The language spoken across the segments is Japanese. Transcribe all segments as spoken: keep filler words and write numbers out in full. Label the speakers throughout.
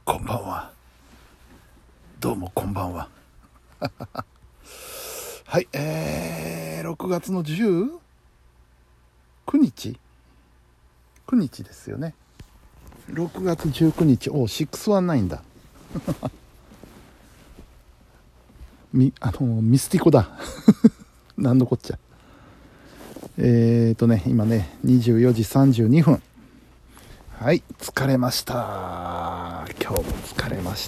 Speaker 1: こんばんは。どうもこんばんは。はい、えー、ろくがつのじゅうくにちくにちですよね。ろくがつじゅうくにち、おろくじゅうきゅうだ。みあのミスティコだ。なんのこっちゃ。えーとね今ねにじゅうよじさんじゅうにふん。はい、疲れました。今日も疲れました。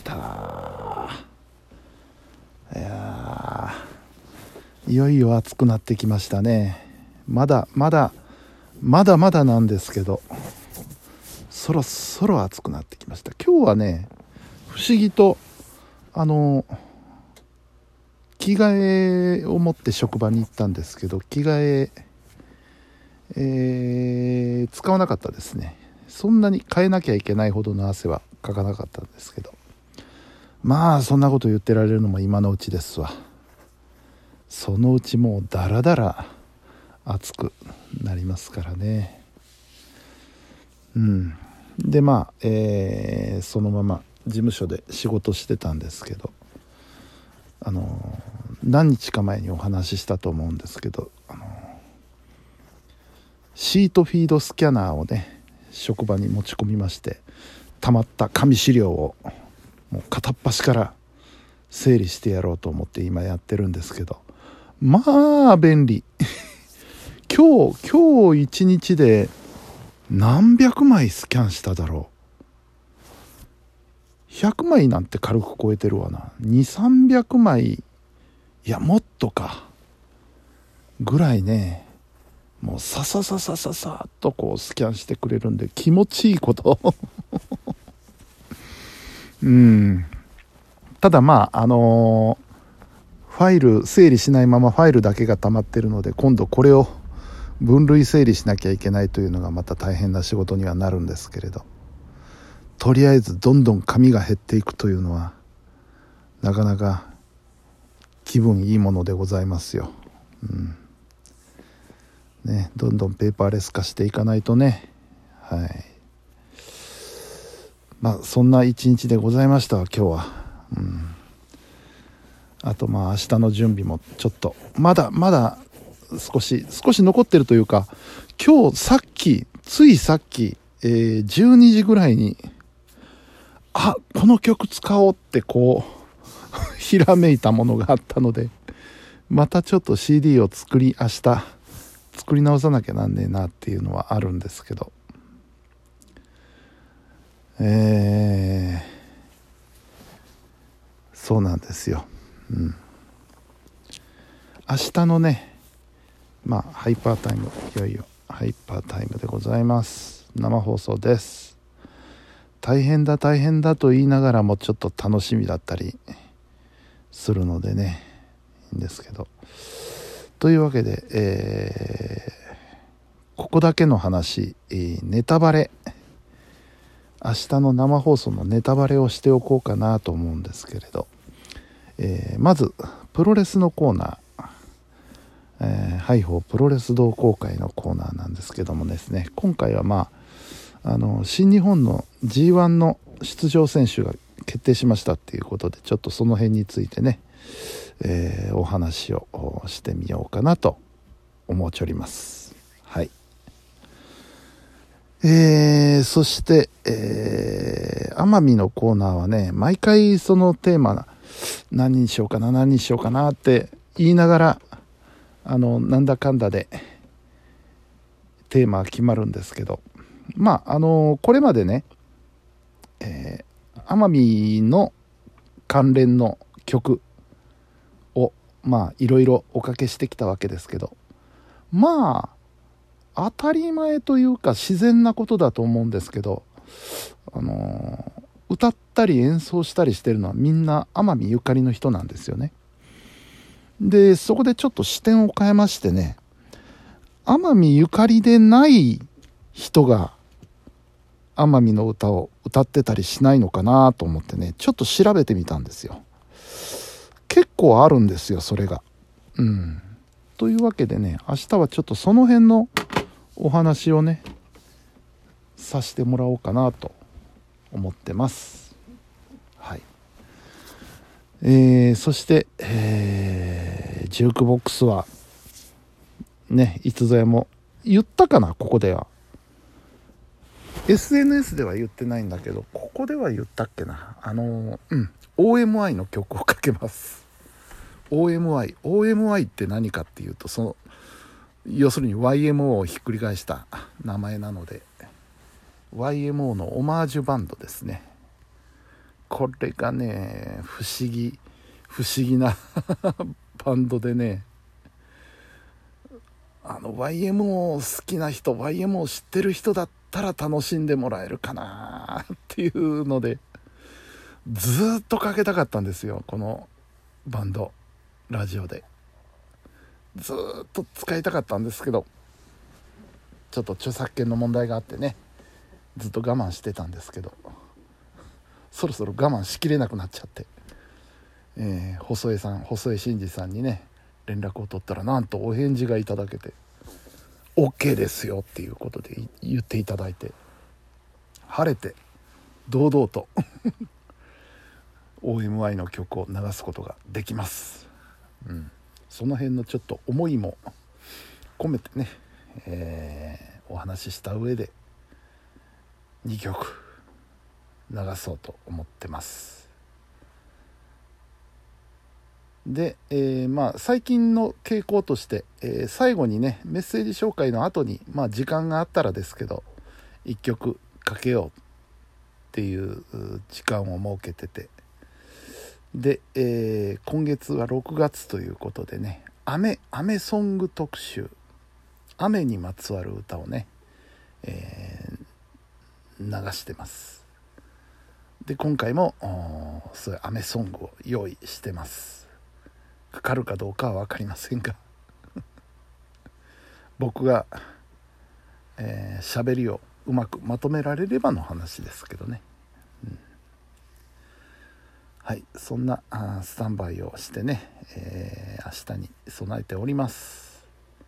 Speaker 1: いやいよいよ暑くなってきましたね。まだまだまだまだなんですけど、そろそろ暑くなってきました。今日はね、不思議とあの着替えを持って職場に行ったんですけど、着替ええー使わなかったですね。そんなに変えなきゃいけないほどの汗はかかなかったんですけど、まあそんなこと言ってられるのも今のうちですわ。そのうちもうダラダラ暑くなりますからね。うんでまあ、えーそのまま事務所で仕事してたんですけど、あの何日か前にお話ししたと思うんですけど、あのシートフィードスキャナーをね職場に持ち込みまして、たまった紙資料をもう片っ端から整理してやろうと思って今やってるんですけど、まあ便利。今日今日一日で何百枚スキャンしただろう。ひゃくまいなんて軽く超えてるわな。にひゃくさんびゃくまい、いやもっとかぐらいね、もうささささささっとこうスキャンしてくれるんで気持ちいいこと。うんただまああのー、ファイル整理しないままファイルだけが溜まってるので、今度これを分類整理しなきゃいけないというのがまた大変な仕事にはなるんですけれど、とりあえずどんどん紙が減っていくというのはなかなか気分いいものでございますよ。うんね、どんどんペーパーレス化していかないとね。はい。まあそんな一日でございました今日は。うん。あとまあ明日の準備もちょっとまだまだ少し少し残ってるというか、今日さっきついさっき、えー、じゅうにじぐらいにあこの曲使おうってこうひらめいたものがあったので、またちょっと シーディー を作り明日作り直さなきゃなんねえなっていうのはあるんですけど、えー、そうなんですよ。うん明日のねまあハイパータイム、いよいよハイパータイムでございます。生放送です。大変だ大変だと言いながらもちょっと楽しみだったりするのでね、いいんですけど、というわけで、えー、ここだけの話、えー、ネタバレ、明日の生放送のネタバレをしておこうかなと思うんですけれど、えー、まずプロレスのコーナー、えー、ハイホープロレス同好会のコーナーなんですけどもですね、今回はまああの新日本の ジーワン の出場選手が決定しましたっていうことで、ちょっとその辺についてね、えー、お話をしてみようかなと思っております。はい。えー、そして、えー、奄美のコーナーはね、毎回そのテーマ何にしようかな何にしようかなって言いながら、あのなんだかんだでテーマは決まるんですけど、まああのこれまでね、えー、奄美の関連の曲をまあいろいろおかけしてきたわけですけど、まあ当たり前というか自然なことだと思うんですけど、あの歌ったり演奏したりしてるのはみんな奄美ゆかりの人なんですよね。でそこでちょっと視点を変えましてね、奄美ゆかりでない人が奄美の歌を歌ってたりしないのかなと思ってね、ちょっと調べてみたんですよ。結構あるんですよそれが。うんというわけでね、明日はちょっとその辺のお話をねさせてもらおうかなと思ってます。 はい。えー、そして、えー、ジュークボックスはね、いつぞやも言ったかな、ここでは エスエヌエス では言ってないんだけど、ここでは言ったっけな、あのうん オーエムアイ の曲をかけます。 オーエムアイ オーエムアイ って何かっていうと、その要するに ワイエムオー をひっくり返した名前なので、 ワイエムオー のオマージュバンドですね。これがね、不思議不思議なバンドでね、あの ワイエムオー 好きな人、 ワイエムオー 知ってる人だったら楽しんでもらえるかなっていうので、ずっとかけたかったんですよ、このバンド。ラジオでずっと使いたかったんですけど、ちょっと著作権の問題があってね、ずっと我慢してたんですけど、そろそろ我慢しきれなくなっちゃって、えー、細江さん細江真二さんにね連絡を取ったら、なんとお返事がいただけて OK ですよっていうことで言っていただいて、晴れて堂々とオーエムアイ の曲を流すことができます。うん、その辺のちょっと思いも込めてね、えー、お話しした上でにきょく流そうと思ってます。で、えー、まあ最近の傾向として、えー、最後にねメッセージ紹介の後に、まあ時間があったらですけどいっきょくかけようっていう時間を設けてて、で、えー、今月はろくがつということでね、雨雨ソング特集、雨にまつわる歌をね、えー、流してます。で今回もそういう雨ソングを用意してます。かかるかどうかは分かりませんが僕がえー、喋りをうまくまとめられればの話ですけどね、うん、はい、そんなあスタンバイをしてね、えー、明日に備えております。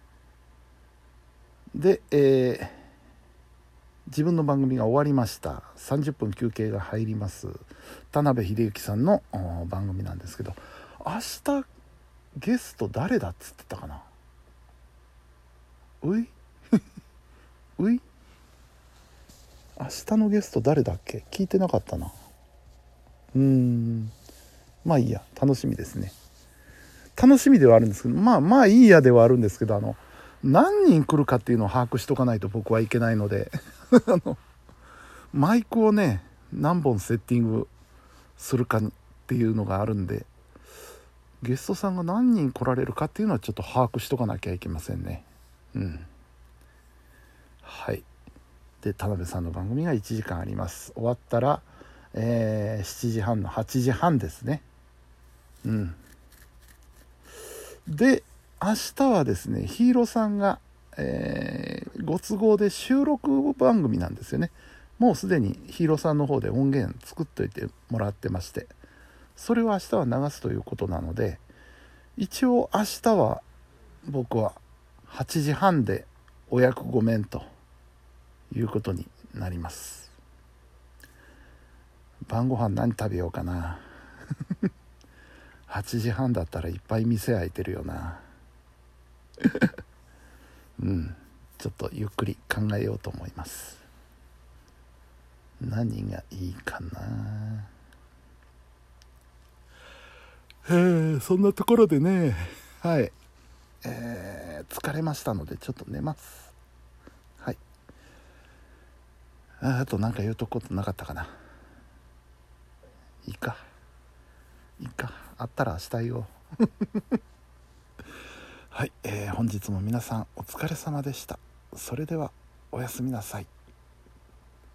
Speaker 1: で、えー、自分の番組が終わりました。さんじゅっぷん休憩が入ります。田辺秀幸さんの番組なんですけど、明日ゲスト誰だっつってたかな。ういうい明日のゲスト誰だっけ、聞いてなかったな。うーんまあいいや、楽しみですね。楽しみではあるんですけど、まあまあいいやではあるんですけど、あの何人来るかっていうのを把握しとかないと僕はいけないのであのマイクをね何本セッティングするかっていうのがあるんで、ゲストさんが何人来られるかっていうのはちょっと把握しとかなきゃいけませんね。うんはい。で田辺さんの番組がいちじかんあります。終わったら、えー、しちじはんのはちじはんですね。うんで明日はですね、ヒーローさんが、えー、ご都合で収録番組なんですよね。もうすでにヒーローさんの方で音源作っといてもらってまして、それを明日は流すということなので、一応明日は僕ははちじはんでお役御免ということになります。晩ご飯何食べようかなはちじはんだったらいっぱい店開いてるよなうんちょっとゆっくり考えようと思います。何がいいかな。えー、そんなところでね、はい、えー、疲れましたのでちょっと寝ます。はい。あ, あと何か言うとことなかったかな。いいかいいかあったら明日言おうはい、えー、本日も皆さんお疲れ様でした。それではおやすみなさい。